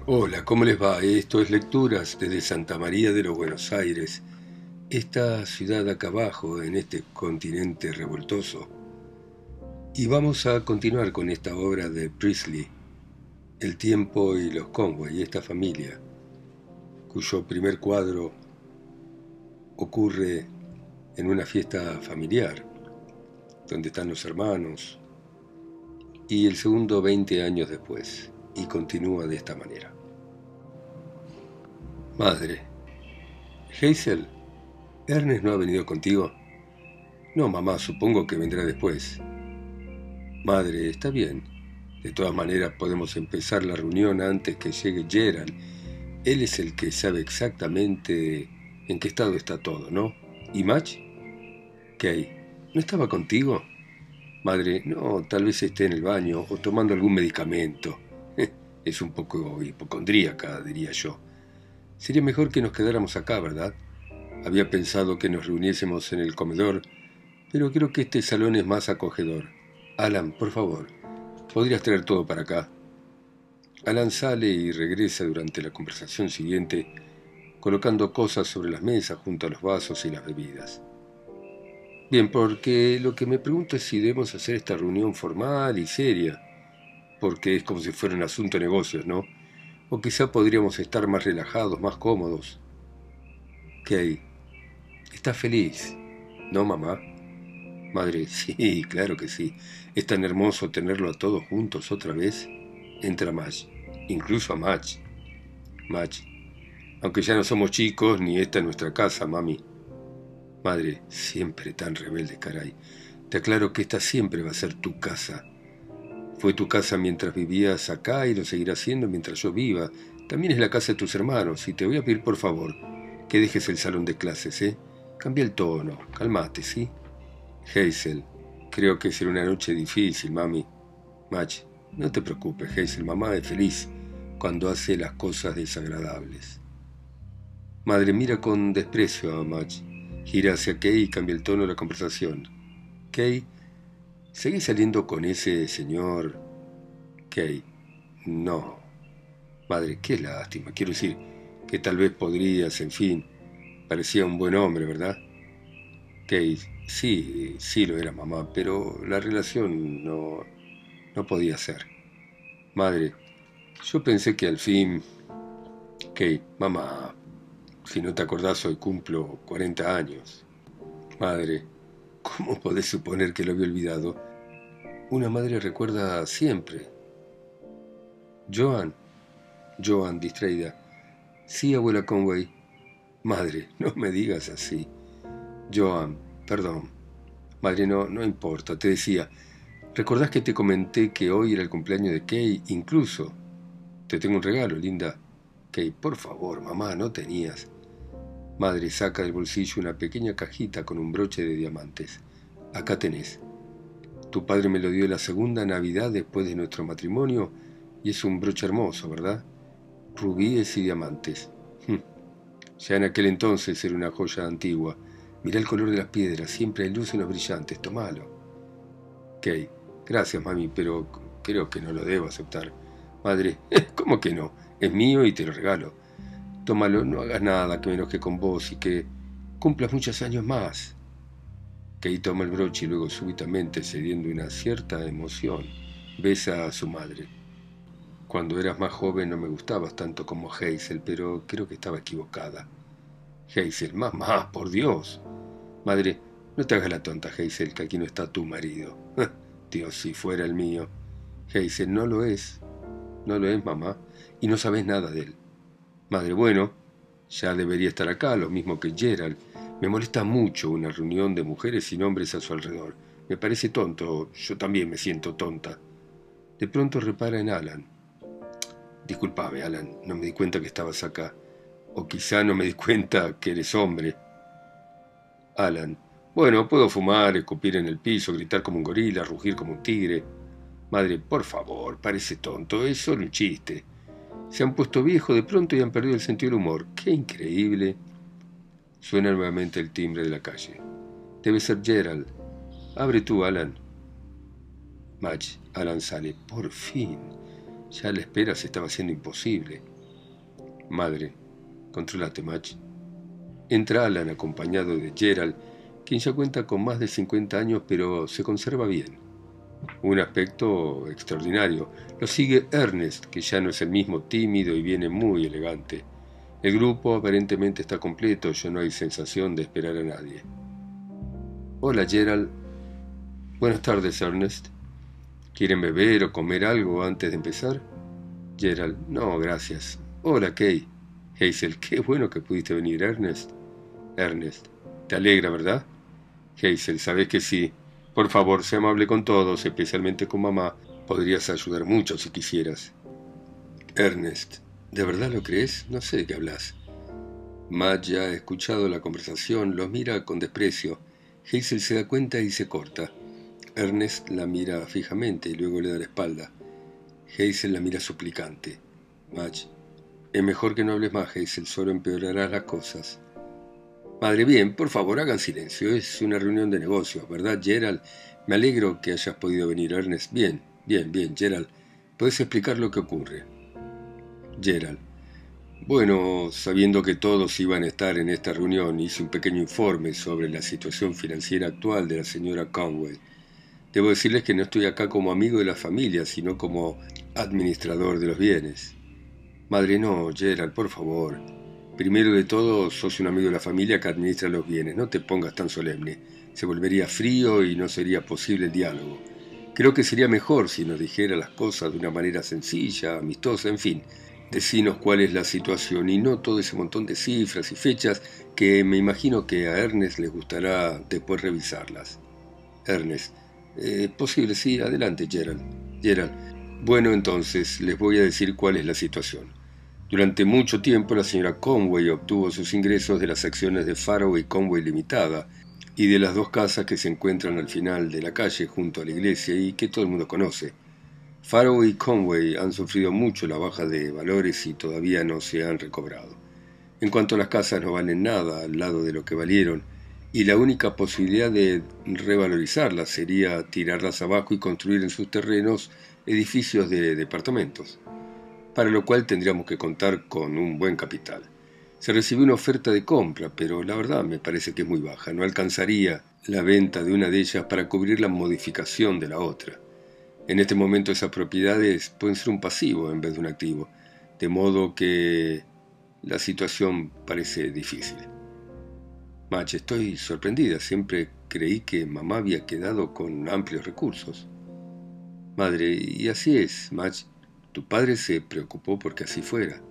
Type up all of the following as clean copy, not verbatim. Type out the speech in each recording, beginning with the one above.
Hola, ¿cómo les va? Esto es Lecturas desde Santa María de los Buenos Aires, esta ciudad acá abajo, en este continente revoltoso. Y vamos a continuar con esta obra de Priestley, El tiempo y los Conway, esta familia, cuyo primer cuadro ocurre en una fiesta familiar, donde están los hermanos, y el segundo 20 años después, y continúa de esta manera. Madre, Hazel, ¿Ernest no ha venido contigo? No, mamá, supongo que vendrá después. Madre, está bien. De todas maneras podemos empezar la reunión antes que llegue Gerald. Él es el que sabe exactamente en qué estado está todo, ¿no? ¿Y Match? Kay, ¿no estaba contigo? Madre, no, tal vez esté en el baño o tomando algún medicamento. Es un poco hipocondríaca, diría yo. Sería mejor que nos quedáramos acá, ¿verdad? Había pensado que nos reuniésemos en el comedor, pero creo que este salón es más acogedor. Alan, por favor, ¿podrías traer todo para acá? Alan sale y regresa durante la conversación siguiente, colocando cosas sobre las mesas junto a los vasos y las bebidas. Bien, porque lo que me pregunto es si debemos hacer esta reunión formal y seria, porque es como si fuera un asunto de negocios, ¿no? O quizá podríamos estar más relajados, más cómodos. Kay, ¿estás feliz? ¿No, mamá? Madre, sí, claro que sí. Es tan hermoso tenerlo a todos juntos otra vez. Entra Match, incluso a Match. Match, aunque ya no somos chicos ni esta es nuestra casa, mami. Madre, siempre tan rebelde, caray. Te aclaro que esta siempre va a ser tu casa. Fue tu casa mientras vivías acá y lo seguirá siendo mientras yo viva. También es la casa de tus hermanos y te voy a pedir por favor que dejes el salón de clases, ¿eh? Cambia el tono, calmate, ¿sí? Hazel, creo que será una noche difícil, mami. Match, no te preocupes, Hazel, mamá es feliz cuando hace las cosas desagradables. Madre mira con desprecio a Match. Gira hacia Kay y cambia el tono de la conversación. Kay, ¿seguís saliendo con ese señor? Kay, no. Madre, qué lástima. Quiero decir que tal vez podrías, en fin. Parecía un buen hombre, ¿verdad? Kay, sí, sí lo era, mamá, pero la relación no podía ser. Madre, yo pensé que al fin... Kay, mamá, si no te acordás, hoy cumplo 40 años. Madre, ¿cómo podés suponer que lo había olvidado? Una madre recuerda siempre. Joan, Joan, distraída. Sí, abuela Conway. Madre, no me digas así. Joan, perdón. Madre, no importa, te decía. ¿Recordás que te comenté que hoy era el cumpleaños de Kay? Incluso. Te tengo un regalo, linda. Kay, por favor, mamá, no tenías. Madre saca del bolsillo una pequeña cajita con un broche de diamantes. Acá tenés. Tu padre me lo dio la segunda Navidad después de nuestro matrimonio y es un broche hermoso, ¿verdad? Rubíes y diamantes. Ya en aquel entonces era una joya antigua. Mirá el color de las piedras, siempre hay luz en los brillantes, tomalo. Kay, gracias, mami, pero creo que no lo debo aceptar. Madre, ¿cómo que no? Es mío y te lo regalo. Tómalo, no hagas nada que me enoje con vos y que cumplas muchos años más. Kay toma el broche y luego súbitamente, cediendo una cierta emoción, besa a su madre. Cuando eras más joven no me gustabas tanto como Hazel, pero creo que estaba equivocada. Hazel, mamá, por Dios. Madre, no te hagas la tonta, Hazel, que aquí no está tu marido. Dios, si fuera el mío. Hazel, no lo es. No lo es, mamá. Y no sabes nada de él. Madre, bueno, ya debería estar acá, lo mismo que Gerald. Me molesta mucho una reunión de mujeres sin hombres a su alrededor. Me parece tonto. Yo también me siento tonta. De pronto repara en Alan. Disculpame, Alan, no me di cuenta que estabas acá. O quizá no me di cuenta que eres hombre. Alan. Bueno, puedo fumar, escupir en el piso, gritar como un gorila, rugir como un tigre. Madre, por favor, parece tonto, es solo un chiste. Se han puesto viejos de pronto y han perdido el sentido del humor. ¡Qué increíble! Suena nuevamente el timbre de la calle. Debe ser Gerald. Abre tú, Alan. Match, Alan sale. Por fin. Ya la espera se estaba haciendo imposible. Madre, contrólate, Madge. Entra Alan acompañado de Gerald, quien ya cuenta con más de 50 años pero se conserva bien. Un aspecto extraordinario. Lo sigue Ernest, que ya no es el mismo, tímido y viene muy elegante. El grupo aparentemente está completo, ya no hay sensación de esperar a nadie. Hola, Gerald. Buenas tardes, Ernest. ¿Quieren beber o comer algo antes de empezar? Gerald, no, gracias. Hola, Kay. Hazel, qué bueno que pudiste venir, Ernest. Ernest, te alegra, ¿verdad? Hazel, sabes que sí. Por favor, sé amable con todos, especialmente con mamá. Podrías ayudar mucho si quisieras. Ernest, ¿de verdad lo crees? No sé de qué hablas. Matt ya ha escuchado la conversación, los mira con desprecio. Hazel se da cuenta y se corta. Ernest la mira fijamente y luego le da la espalda. Hazel la mira suplicante. Madge, es mejor que no hables más, Hazel, solo empeorarás las cosas. Madre, bien, por favor, hagan silencio. Es una reunión de negocios, ¿verdad, Gerald? Me alegro que hayas podido venir, Ernest. Bien, Gerald. ¿Puedes explicar lo que ocurre? Gerald. Bueno, sabiendo que todos iban a estar en esta reunión, hice un pequeño informe sobre la situación financiera actual de la señora Conway. Debo decirles que no estoy acá como amigo de la familia, sino como administrador de los bienes. Madre, no, Gerald, por favor. Primero de todo, sos un amigo de la familia que administra los bienes. No te pongas tan solemne. Se volvería frío y no sería posible el diálogo. Creo que sería mejor si nos dijera las cosas de una manera sencilla, amistosa, en fin. Decinos cuál es la situación y no todo ese montón de cifras y fechas que me imagino que a Ernest les gustará después revisarlas. Ernest. Posible, sí. Adelante, Gerald. Gerald. Bueno, entonces, les voy a decir cuál es la situación. Durante mucho tiempo la señora Conway obtuvo sus ingresos de las acciones de Farrow y Conway Limitada y de las dos casas que se encuentran al final de la calle junto a la iglesia y que todo el mundo conoce. Farrow y Conway han sufrido mucho la baja de valores y todavía no se han recobrado. En cuanto a las casas, no valen nada al lado de lo que valieron y la única posibilidad de revalorizarlas sería tirarlas abajo y construir en sus terrenos edificios de departamentos, para lo cual tendríamos que contar con un buen capital. Se recibió una oferta de compra, pero la verdad me parece que es muy baja. No alcanzaría la venta de una de ellas para cubrir la modificación de la otra. En este momento esas propiedades pueden ser un pasivo en vez de un activo, de modo que la situación parece difícil. Madge, estoy sorprendida. Siempre creí que mamá había quedado con amplios recursos. Madre, y así es, Madge. Tu padre se preocupó porque así fuera.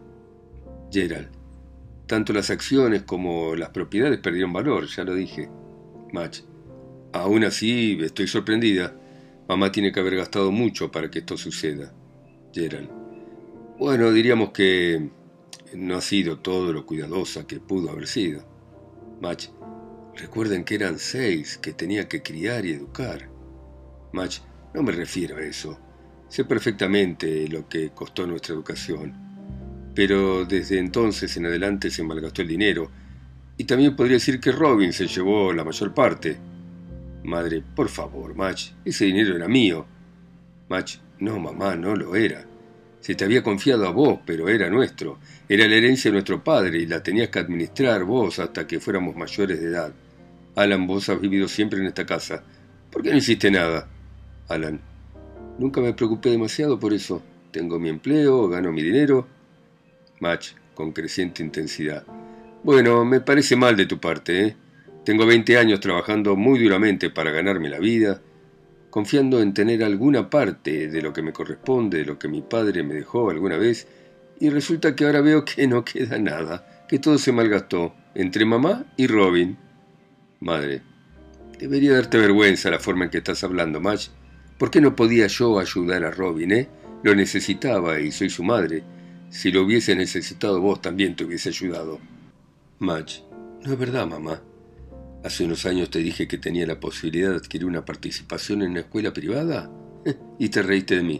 Gerald. Tanto las acciones como las propiedades perdieron valor, ya lo dije. Madge. Aún así, estoy sorprendida. Mamá tiene que haber gastado mucho para que esto suceda. Gerald. Bueno, diríamos que no ha sido todo lo cuidadosa que pudo haber sido. Madge. Recuerden que eran 6 que tenía que criar y educar. Madge. No me refiero a eso. Sé perfectamente lo que costó nuestra educación, pero desde entonces en adelante se malgastó el dinero, y también podría decir que Robin se llevó la mayor parte. Madre, por favor, Madge, ese dinero era mío. Madge, no, mamá, no lo era. Se te había confiado a vos, pero era nuestro. Era la herencia de nuestro padre y la tenías que administrar vos hasta que fuéramos mayores de edad. Alan, vos has vivido siempre en esta casa. ¿Por qué no hiciste nada? Alan, nunca me preocupé demasiado por eso. Tengo mi empleo, gano mi dinero. Madge, con creciente intensidad. Bueno, me parece mal de tu parte, ¿eh? Tengo 20 años trabajando muy duramente para ganarme la vida, confiando en tener alguna parte de lo que me corresponde, de lo que mi padre me dejó alguna vez, y resulta que ahora veo que no queda nada, que todo se malgastó, entre mamá y Robin. Madre, debería darte vergüenza la forma en que estás hablando, Madge. ¿Por qué no podía yo ayudar a Robin, eh? Lo necesitaba y soy su madre. Si lo hubiese necesitado vos también te hubiese ayudado. Madge, no es verdad, mamá. Hace unos años te dije que tenía la posibilidad de adquirir una participación en una escuela privada y te reíste de mí.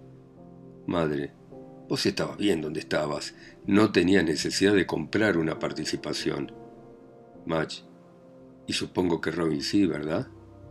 Madre, vos estabas bien donde estabas. No tenías necesidad de comprar una participación. Madge, y supongo que Robin sí, ¿verdad?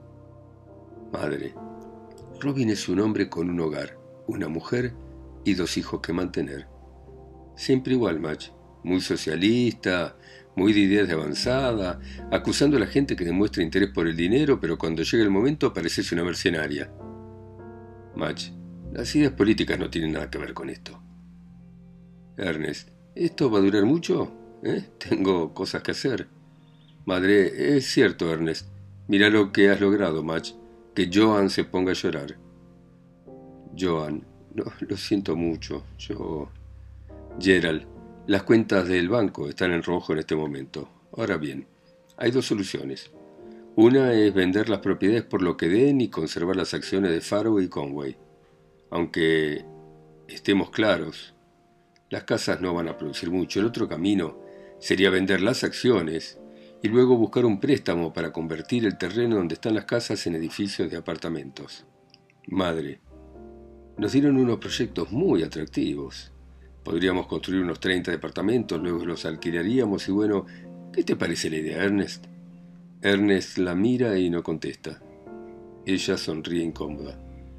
Madre, Robin es un hombre con un hogar, una mujer y 2 hijos que mantener. Siempre igual, Match. Muy socialista, muy de ideas de avanzada, acusando a la gente que demuestra interés por el dinero, pero cuando llega el momento pareces una mercenaria. Match, las ideas políticas no tienen nada que ver con esto. Ernest, ¿esto va a durar mucho? Tengo cosas que hacer. Madre, es cierto, Ernest. Mira lo que has logrado, Match. Que Joan se ponga a llorar. Joan, no, lo siento mucho. Gerald, las cuentas del banco están en rojo en este momento. Ahora bien, hay dos soluciones. Una es vender las propiedades por lo que den y conservar las acciones de Faro y Conway. Aunque estemos claros, las casas no van a producir mucho. El otro camino sería vender las acciones y luego buscar un préstamo para convertir el terreno donde están las casas en edificios de apartamentos. Madre, nos dieron unos proyectos muy atractivos. Podríamos construir unos 30 departamentos, luego los alquilaríamos y bueno, ¿qué te parece la idea, Ernest? Ernest la mira y no contesta. Ella sonríe incómoda.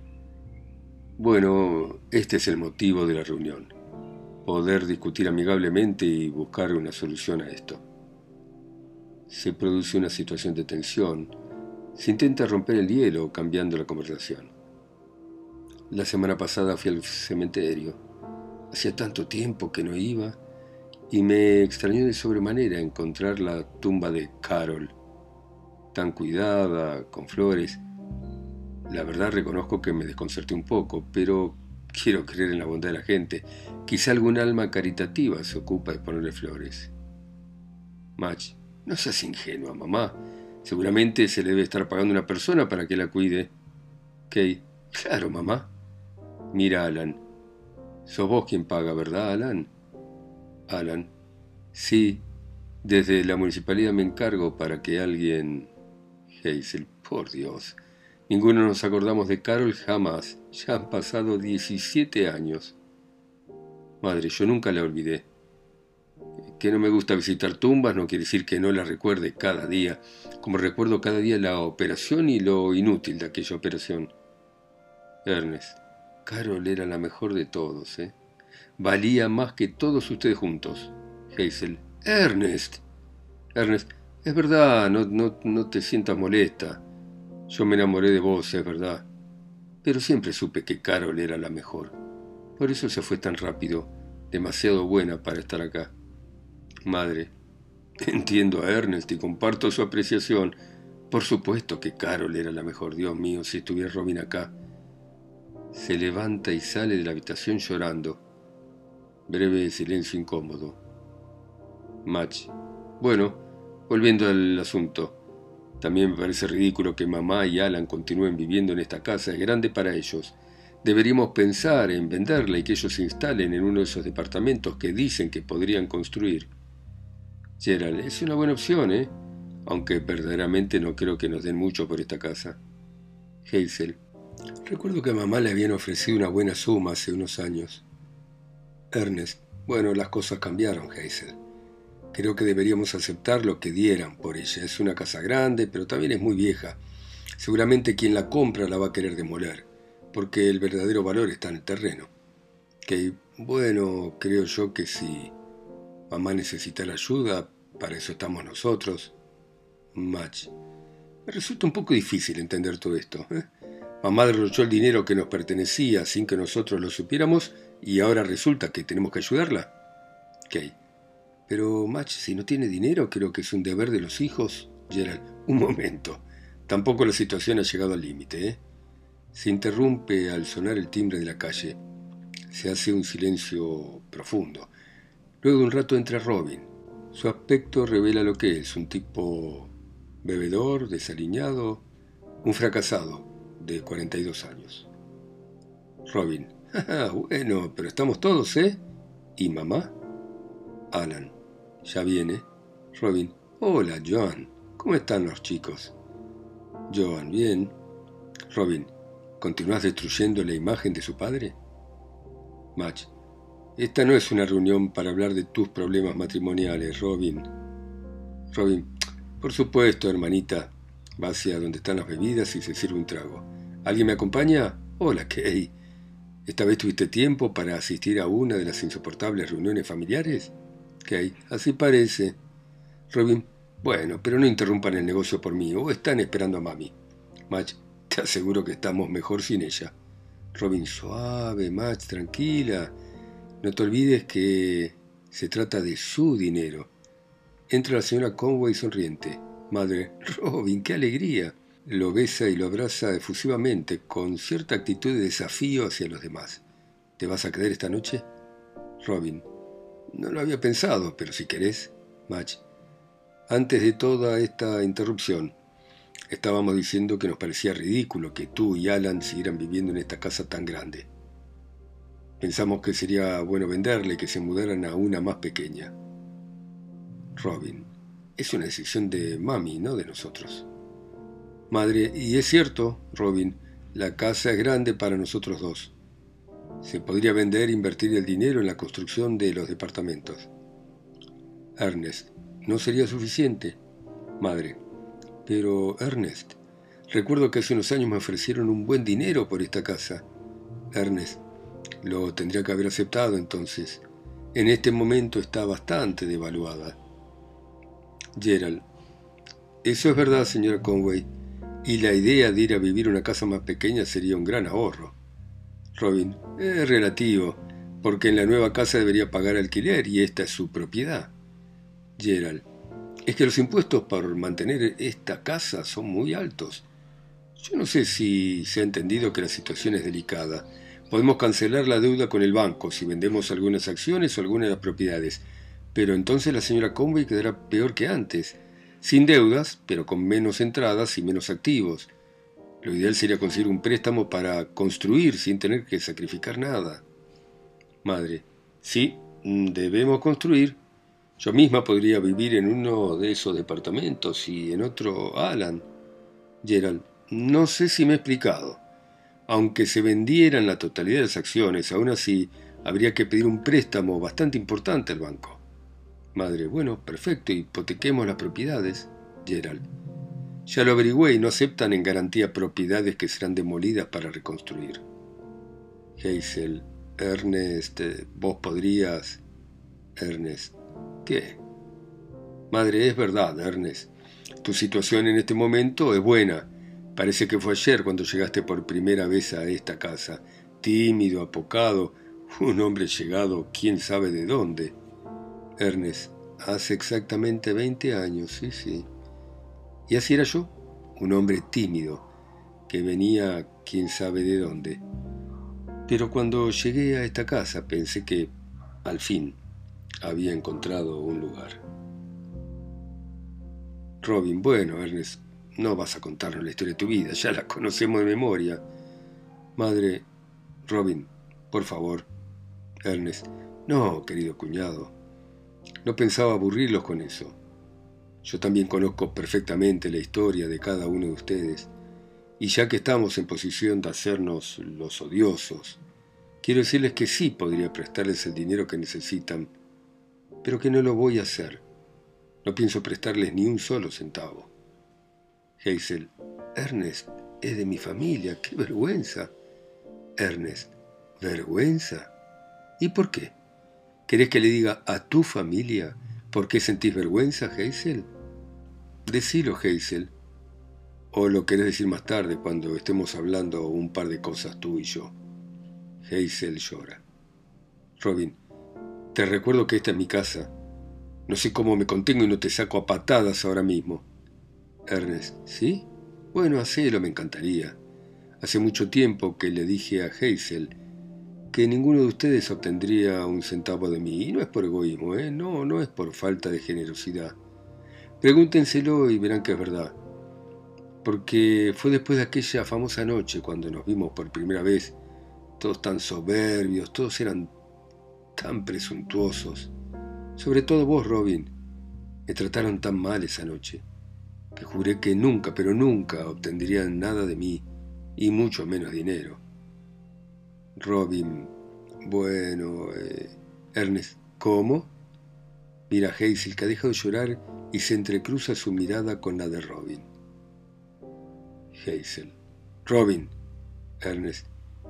Bueno, este es el motivo de la reunión. Poder discutir amigablemente y buscar una solución a esto. Se produce una situación de tensión. Se intenta romper el hielo cambiando la conversación. La semana pasada fui al cementerio. Hacía tanto tiempo que no iba y me extrañó de sobremanera encontrar la tumba de Carol, tan cuidada, con flores. La verdad reconozco que me desconcerté un poco, pero quiero creer en la bondad de la gente. Quizá algún alma caritativa se ocupa de ponerle flores. Match, no seas ingenua, mamá. Seguramente se le debe estar pagando una persona para que la cuide. Kay, claro, mamá. Mira, Alan. Sos vos quien paga, ¿verdad, Alan? Alan, sí. Desde la municipalidad me encargo para que alguien... Hazel, por Dios. Ninguno nos acordamos de Carol jamás. Ya han pasado 17 años. Madre, yo nunca la olvidé. Que no me gusta visitar tumbas no quiere decir que no la recuerde cada día, como recuerdo cada día la operación y lo inútil de aquella operación. Ernest, Carol era la mejor de todos, ¿eh? Valía más que todos ustedes juntos. Hazel, Ernest. Ernest, es verdad, no te sientas molesta. Yo me enamoré de vos, es verdad. Pero siempre supe que Carol era la mejor. Por eso se fue tan rápido, demasiado buena para estar acá. Madre, entiendo a Ernest y comparto su apreciación. Por supuesto que Carol era la mejor, Dios mío, si estuviera Robin acá. Se levanta y sale de la habitación llorando. Breve silencio incómodo. Match. Bueno, volviendo al asunto. También me parece ridículo que mamá y Alan continúen viviendo en esta casa. Es grande para ellos. Deberíamos pensar en venderla y que ellos se instalen en uno de esos departamentos que dicen que podrían construir. Gerald, es una buena opción, ¿eh? Aunque verdaderamente no creo que nos den mucho por esta casa. Hazel, recuerdo que a mamá le habían ofrecido una buena suma hace unos años. Ernest, bueno, las cosas cambiaron, Hazel. Creo que deberíamos aceptar lo que dieran por ella. Es una casa grande, pero también es muy vieja. Seguramente quien la compra la va a querer demoler, porque el verdadero valor está en el terreno. Que, bueno, creo yo que si mamá necesita la ayuda, para eso estamos nosotros. Match, me resulta un poco difícil entender todo esto, ¿eh? Mamá derrochó el dinero que nos pertenecía sin que nosotros lo supiéramos y ahora resulta que tenemos que ayudarla. Kay, pero Match, si no tiene dinero, creo que es un deber de los hijos. Gerald, un momento. Tampoco la situación ha llegado al límite, ¿eh? Se interrumpe al sonar el timbre de la calle. Se hace un silencio profundo. Luego de un rato entra Robin. Su aspecto revela lo que es, un tipo bebedor, desaliñado, un fracasado de 42 años. Robin, bueno, pero estamos todos, ¿eh? ¿Y mamá? Alan, ya viene. Robin, hola, Joan, ¿cómo están los chicos? Joan, bien. Robin, ¿continúas destruyendo la imagen de su padre? Match, esta no es una reunión para hablar de tus problemas matrimoniales, Robin. Robin, por supuesto, hermanita. Va hacia donde están las bebidas y se sirve un trago. ¿Alguien me acompaña? Hola, Kay. ¿Esta vez tuviste tiempo para asistir a una de las insoportables reuniones familiares? Kay, así parece. Robin, bueno, pero no interrumpan el negocio por mí, o están esperando a mami. Madge, te aseguro que estamos mejor sin ella. Robin, suave, Madge, tranquila. No te olvides que se trata de su dinero. Entra la señora Conway sonriente. Madre, Robin, qué alegría. Lo besa y lo abraza efusivamente, con cierta actitud de desafío hacia los demás. ¿Te vas a quedar esta noche? Robin, no lo había pensado, pero si querés. Madge, antes de toda esta interrupción, estábamos diciendo que nos parecía ridículo que tú y Alan siguieran viviendo en esta casa tan grande. Pensamos que sería bueno venderle y que se mudaran a una más pequeña. Robin, es una decisión de mami, no de nosotros. Madre, y es cierto, Robin, la casa es grande para nosotros dos. Se podría vender e invertir el dinero en la construcción de los departamentos. Ernest, ¿no sería suficiente? Madre, pero Ernest, recuerdo que hace unos años me ofrecieron un buen dinero por esta casa. Ernest, lo tendría que haber aceptado entonces. En este momento está bastante devaluada. Gerald, eso es verdad, señora Conway, y la idea de ir a vivir a una casa más pequeña sería un gran ahorro. Robin, es relativo, porque en la nueva casa debería pagar alquiler y esta es su propiedad. Gerald, es que los impuestos por mantener esta casa son muy altos. Yo no sé si se ha entendido que la situación es delicada. Podemos cancelar la deuda con el banco si vendemos algunas acciones o algunas de las propiedades, pero entonces la señora Conway quedará peor que antes, sin deudas, pero con menos entradas y menos activos. Lo ideal sería conseguir un préstamo para construir sin tener que sacrificar nada. Madre, sí, debemos construir. Yo misma podría vivir en uno de esos departamentos y en otro Alan. Gerald, no sé si me he explicado. Aunque se vendieran la totalidad de las acciones, aún así habría que pedir un préstamo bastante importante al banco. Madre, bueno, perfecto, hipotequemos las propiedades. Gerald, ya lo averigüé y no aceptan en garantía propiedades que serán demolidas para reconstruir. Hazel, Ernest, vos podrías... Ernest, ¿qué? Madre, es verdad, Ernest. Tu situación en este momento es buena. Parece que fue ayer cuando llegaste por primera vez a esta casa. Tímido, apocado, un hombre llegado quién sabe de dónde. Ernest, hace exactamente 20 años, sí. Y así era yo, un hombre tímido, que venía quién sabe de dónde. Pero cuando llegué a esta casa pensé que, al fin, había encontrado un lugar. Robin, bueno, Ernest, no vas a contarnos la historia de tu vida, ya la conocemos de memoria. Madre, Robin, por favor. Ernest, no, querido cuñado, no pensaba aburrirlos con eso. Yo también conozco perfectamente la historia de cada uno de ustedes, y ya que estamos en posición de hacernos los odiosos, quiero decirles que sí podría prestarles el dinero que necesitan, pero que no lo voy a hacer. No pienso prestarles ni un solo centavo. Hazel, Ernest, es de mi familia, qué vergüenza. Ernest, ¿vergüenza? ¿Y por qué? ¿Querés que le diga a tu familia por qué sentís vergüenza, Hazel? Decilo, Hazel. ¿O lo querés decir más tarde, cuando estemos hablando un par de cosas tú y yo? Hazel llora. Robin, te recuerdo que esta es mi casa. No sé cómo me contengo y no te saco a patadas ahora mismo. Ernest, ¿sí? Bueno, hacelo, me encantaría. Hace mucho tiempo que le dije a Hazel que ninguno de ustedes obtendría un centavo de mí. Y no es por egoísmo, ¿eh? No es por falta de generosidad. Pregúntenselo y verán que es verdad. Porque fue después de aquella famosa noche cuando nos vimos por primera vez, todos tan soberbios, todos eran tan presuntuosos. Sobre todo vos, Robin. Me trataron tan mal esa noche, que juré que nunca, pero nunca obtendrían nada de mí, y mucho menos dinero. Robin, bueno, Ernest, ¿cómo? Mira a Hazel, que ha dejado de llorar y se entrecruza su mirada con la de Robin. Hazel, Robin, Ernest,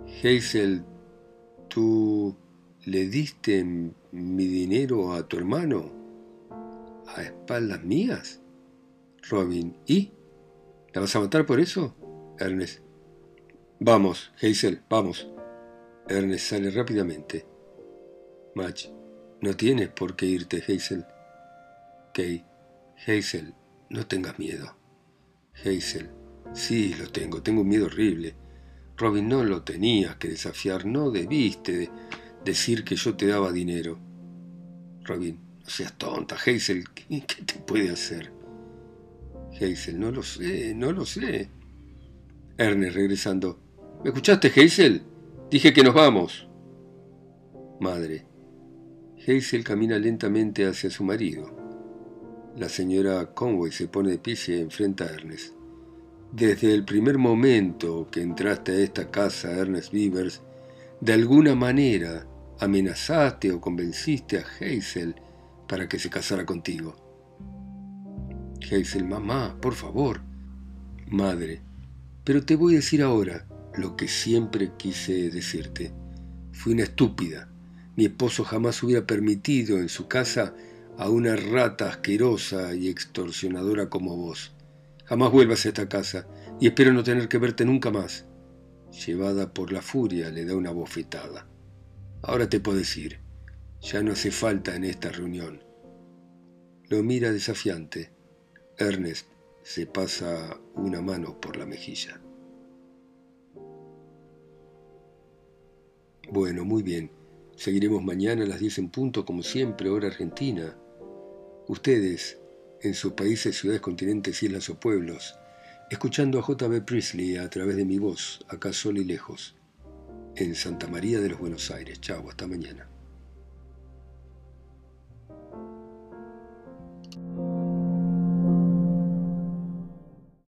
Hazel, ¿tú le diste mi dinero a tu hermano a espaldas mías? Robin, ¿y? ¿La vas a matar por eso? Ernest. Vamos, Hazel, vamos. Ernest sale rápidamente. Madge, no tienes por qué irte, Hazel. Kay, Hazel, no tengas miedo. Hazel, sí, lo tengo un miedo horrible. Robin, no lo tenías que desafiar, no debiste decir que yo te daba dinero. Robin, no seas tonta, Hazel, ¿qué te puede hacer? Hazel, no lo sé, no lo sé. Ernest regresando. ¿Me escuchaste, Hazel? Dije que nos vamos. Madre. Hazel camina lentamente hacia su marido. La señora Conway se pone de pie y se enfrenta a Ernest. Desde el primer momento que entraste a esta casa, Ernest Beavers, de alguna manera amenazaste o convenciste a Hazel para que se casara contigo. Hazel, mamá, por favor. Madre, pero te voy a decir ahora lo que siempre quise decirte. Fui una estúpida. Mi esposo jamás hubiera permitido en su casa a una rata asquerosa y extorsionadora como vos. Jamás vuelvas a esta casa y espero no tener que verte nunca más. Llevada por la furia, le da una bofetada. Ahora te puedes ir. Ya no hace falta en esta reunión. Lo mira desafiante. Ernest se pasa una mano por la mejilla. Bueno, muy bien. Seguiremos mañana a las 10 en punto, como siempre, hora argentina. Ustedes, en sus países, ciudades, continentes, islas o pueblos, escuchando a J.B. Priestley a través de mi voz, acá solo y lejos, en Santa María de los Buenos Aires. Chau, hasta mañana.